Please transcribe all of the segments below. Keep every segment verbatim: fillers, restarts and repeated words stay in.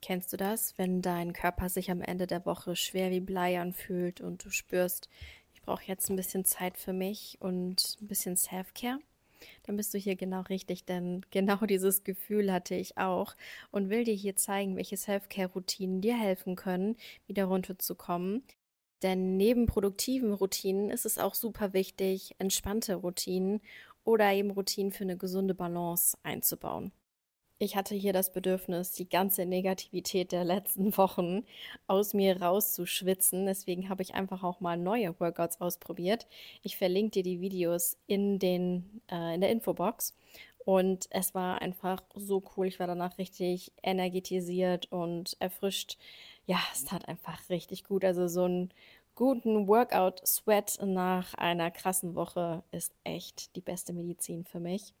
Kennst du das, wenn dein Körper sich am Ende der Woche schwer wie Blei anfühlt und du spürst, ich brauche jetzt ein bisschen Zeit für mich und ein bisschen Self-Care? Dann bist du hier genau richtig, denn genau dieses Gefühl hatte ich auch und will dir hier zeigen, welche Self-Care-Routinen dir helfen können, wieder runterzukommen. Denn neben produktiven Routinen ist es auch super wichtig, entspannte Routinen oder eben Routinen für eine gesunde Balance einzubauen. Ich hatte hier das Bedürfnis, die ganze Negativität der letzten Wochen aus mir rauszuschwitzen. Deswegen habe ich einfach auch mal neue Workouts ausprobiert. Ich verlinke dir die Videos in den, äh, in der Infobox. Und es war einfach so cool. Ich war danach richtig energetisiert und erfrischt. Ja, es tat einfach richtig gut. Also so einen guten Workout-Sweat nach einer krassen Woche ist echt die beste Medizin für mich.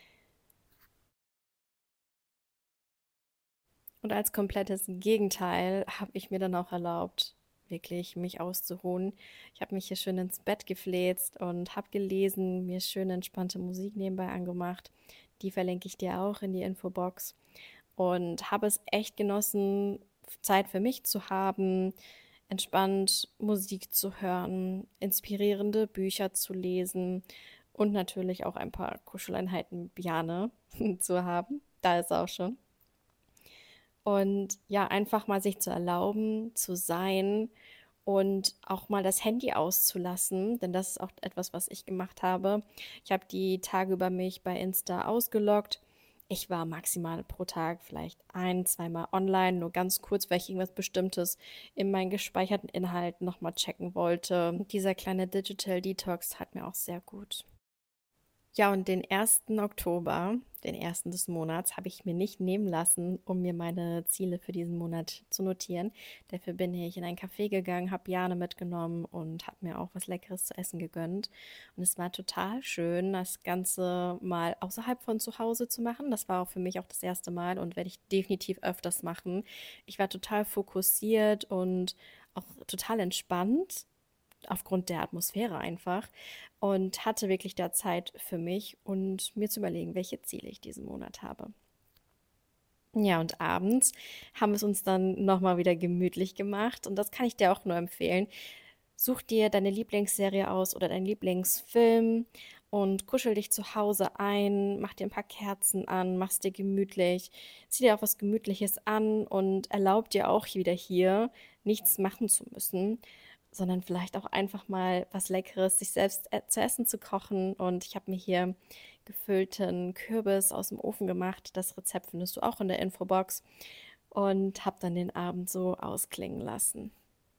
Und als komplettes Gegenteil habe ich mir dann auch erlaubt, wirklich mich auszuruhen. Ich habe mich hier schön ins Bett gefläzt und habe gelesen, mir schön entspannte Musik nebenbei angemacht. Die verlinke ich dir auch in die Infobox. Und habe es echt genossen, Zeit für mich zu haben, entspannt Musik zu hören, inspirierende Bücher zu lesen und natürlich auch ein paar Kuscheleinheiten mit Bjane zu haben. Da ist er auch schon. Und ja, einfach mal sich zu erlauben, zu sein und auch mal das Handy auszulassen, denn das ist auch etwas, was ich gemacht habe. Ich habe die Tage über mich bei Insta ausgeloggt. Ich war maximal pro Tag vielleicht ein, zweimal online, nur ganz kurz, weil ich irgendwas Bestimmtes in meinen gespeicherten Inhalten nochmal checken wollte. Dieser kleine Digital Detox hat mir auch sehr gut. Ja, und den ersten Oktober, den ersten des Monats, habe ich mir nicht nehmen lassen, um mir meine Ziele für diesen Monat zu notieren. Dafür bin ich in ein Café gegangen, habe Jane mitgenommen und habe mir auch was Leckeres zu essen gegönnt. Und es war total schön, das Ganze mal außerhalb von zu Hause zu machen. Das war auch für mich auch das erste Mal und werde ich definitiv öfters machen. Ich war total fokussiert und auch total entspannt aufgrund der Atmosphäre einfach und hatte wirklich da Zeit für mich und mir zu überlegen, welche Ziele ich diesen Monat habe. Ja, und abends haben wir es uns dann nochmal wieder gemütlich gemacht und das kann ich dir auch nur empfehlen. Such dir deine Lieblingsserie aus oder deinen Lieblingsfilm und kuschel dich zu Hause ein, mach dir ein paar Kerzen an, mach's dir gemütlich, zieh dir auch was Gemütliches an und erlaub dir auch wieder hier nichts machen zu müssen, sondern vielleicht auch einfach mal was Leckeres sich selbst äh, zu essen zu kochen. Und ich habe mir hier gefüllten Kürbis aus dem Ofen gemacht. Das Rezept findest du auch in der Infobox und habe dann den Abend so ausklingen lassen.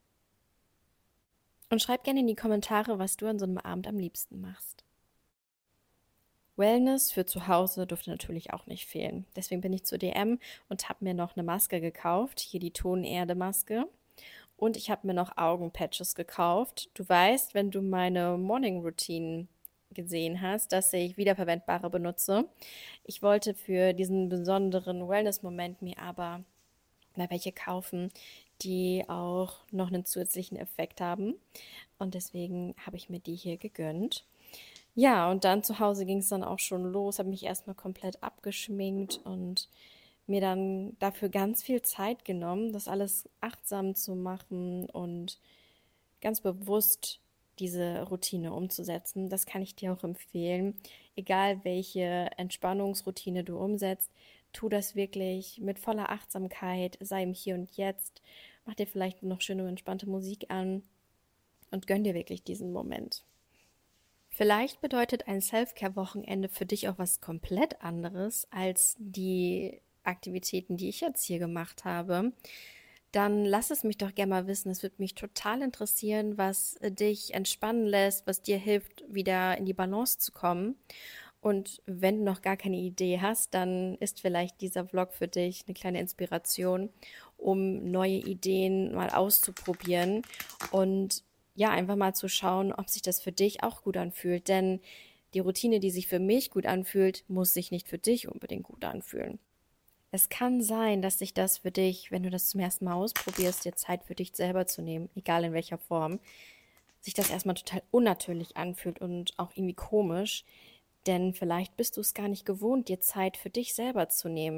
Und schreib gerne in die Kommentare, was du an so einem Abend am liebsten machst. Wellness für zu Hause durfte natürlich auch nicht fehlen. Deswegen bin ich zu D M und habe mir noch eine Maske gekauft. Hier die Tonerde-Maske. Und ich habe mir noch Augenpatches gekauft. Du weißt, wenn du meine Morning Routine gesehen hast, dass ich wiederverwendbare benutze. Ich wollte für diesen besonderen Wellness-Moment mir aber mal welche kaufen, die auch noch einen zusätzlichen Effekt haben. Und deswegen habe ich mir die hier gegönnt. Ja, und dann zu Hause ging es dann auch schon los, habe mich erstmal komplett abgeschminkt und mir dann dafür ganz viel Zeit genommen, das alles achtsam zu machen und ganz bewusst diese Routine umzusetzen. Das kann ich dir auch empfehlen. Egal welche Entspannungsroutine du umsetzt, tu das wirklich mit voller Achtsamkeit, sei im Hier und Jetzt, mach dir vielleicht noch schöne entspannte Musik an und gönn dir wirklich diesen Moment. Vielleicht bedeutet ein Self-Care-Wochenende für dich auch was komplett anderes als die Aktivitäten, die ich jetzt hier gemacht habe. Dann lass es mich doch gerne mal wissen. Es würde mich total interessieren, was dich entspannen lässt, was dir hilft, wieder in die Balance zu kommen. Und wenn du noch gar keine Idee hast, dann ist vielleicht dieser Vlog für dich eine kleine Inspiration, um neue Ideen mal auszuprobieren und ja, einfach mal zu schauen, ob sich das für dich auch gut anfühlt. Denn die Routine, die sich für mich gut anfühlt, muss sich nicht für dich unbedingt gut anfühlen. Es kann sein, dass sich das für dich, wenn du das zum ersten Mal ausprobierst, dir Zeit für dich selber zu nehmen, egal in welcher Form, sich das erstmal total unnatürlich anfühlt und auch irgendwie komisch. Denn vielleicht bist du es gar nicht gewohnt, dir Zeit für dich selber zu nehmen.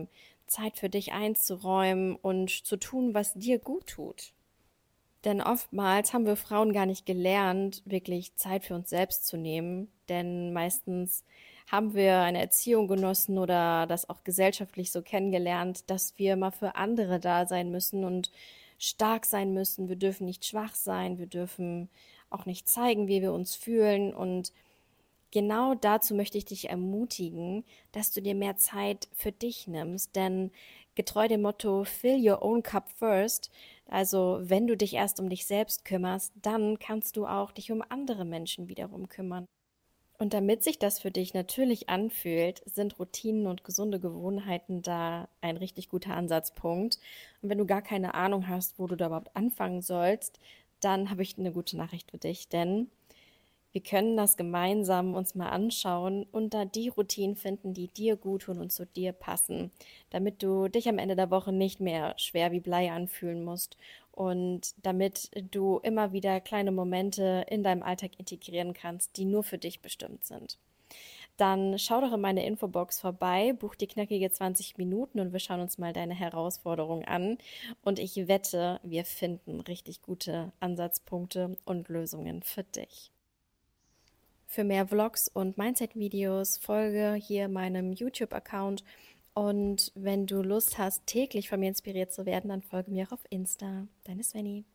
Zeit für dich einzuräumen und zu tun, was dir gut tut. Denn oftmals haben wir Frauen gar nicht gelernt, wirklich Zeit für uns selbst zu nehmen. Denn meistens haben wir eine Erziehung genossen oder das auch gesellschaftlich so kennengelernt, dass wir mal für andere da sein müssen und stark sein müssen. Wir dürfen nicht schwach sein, wir dürfen auch nicht zeigen, wie wir uns fühlen. Und genau dazu möchte ich dich ermutigen, dass du dir mehr Zeit für dich nimmst, denn getreu dem Motto Fill your own cup first, also wenn du dich erst um dich selbst kümmerst, dann kannst du auch dich um andere Menschen wiederum kümmern. Und damit sich das für dich natürlich anfühlt, sind Routinen und gesunde Gewohnheiten da ein richtig guter Ansatzpunkt. Und wenn du gar keine Ahnung hast, wo du da überhaupt anfangen sollst, dann habe ich eine gute Nachricht für dich, denn wir können das gemeinsam uns mal anschauen und da die Routinen finden, die dir gut tun und zu dir passen, damit du dich am Ende der Woche nicht mehr schwer wie Blei anfühlen musst und damit du immer wieder kleine Momente in deinem Alltag integrieren kannst, die nur für dich bestimmt sind. Dann schau doch in meine Infobox vorbei, buch die knackige zwanzig Minuten und wir schauen uns mal deine Herausforderung an. Und ich wette, wir finden richtig gute Ansatzpunkte und Lösungen für dich. Für mehr Vlogs und Mindset-Videos folge hier meinem YouTube-Account. Und wenn du Lust hast, täglich von mir inspiriert zu werden, dann folge mir auch auf Insta. Deine Svenny.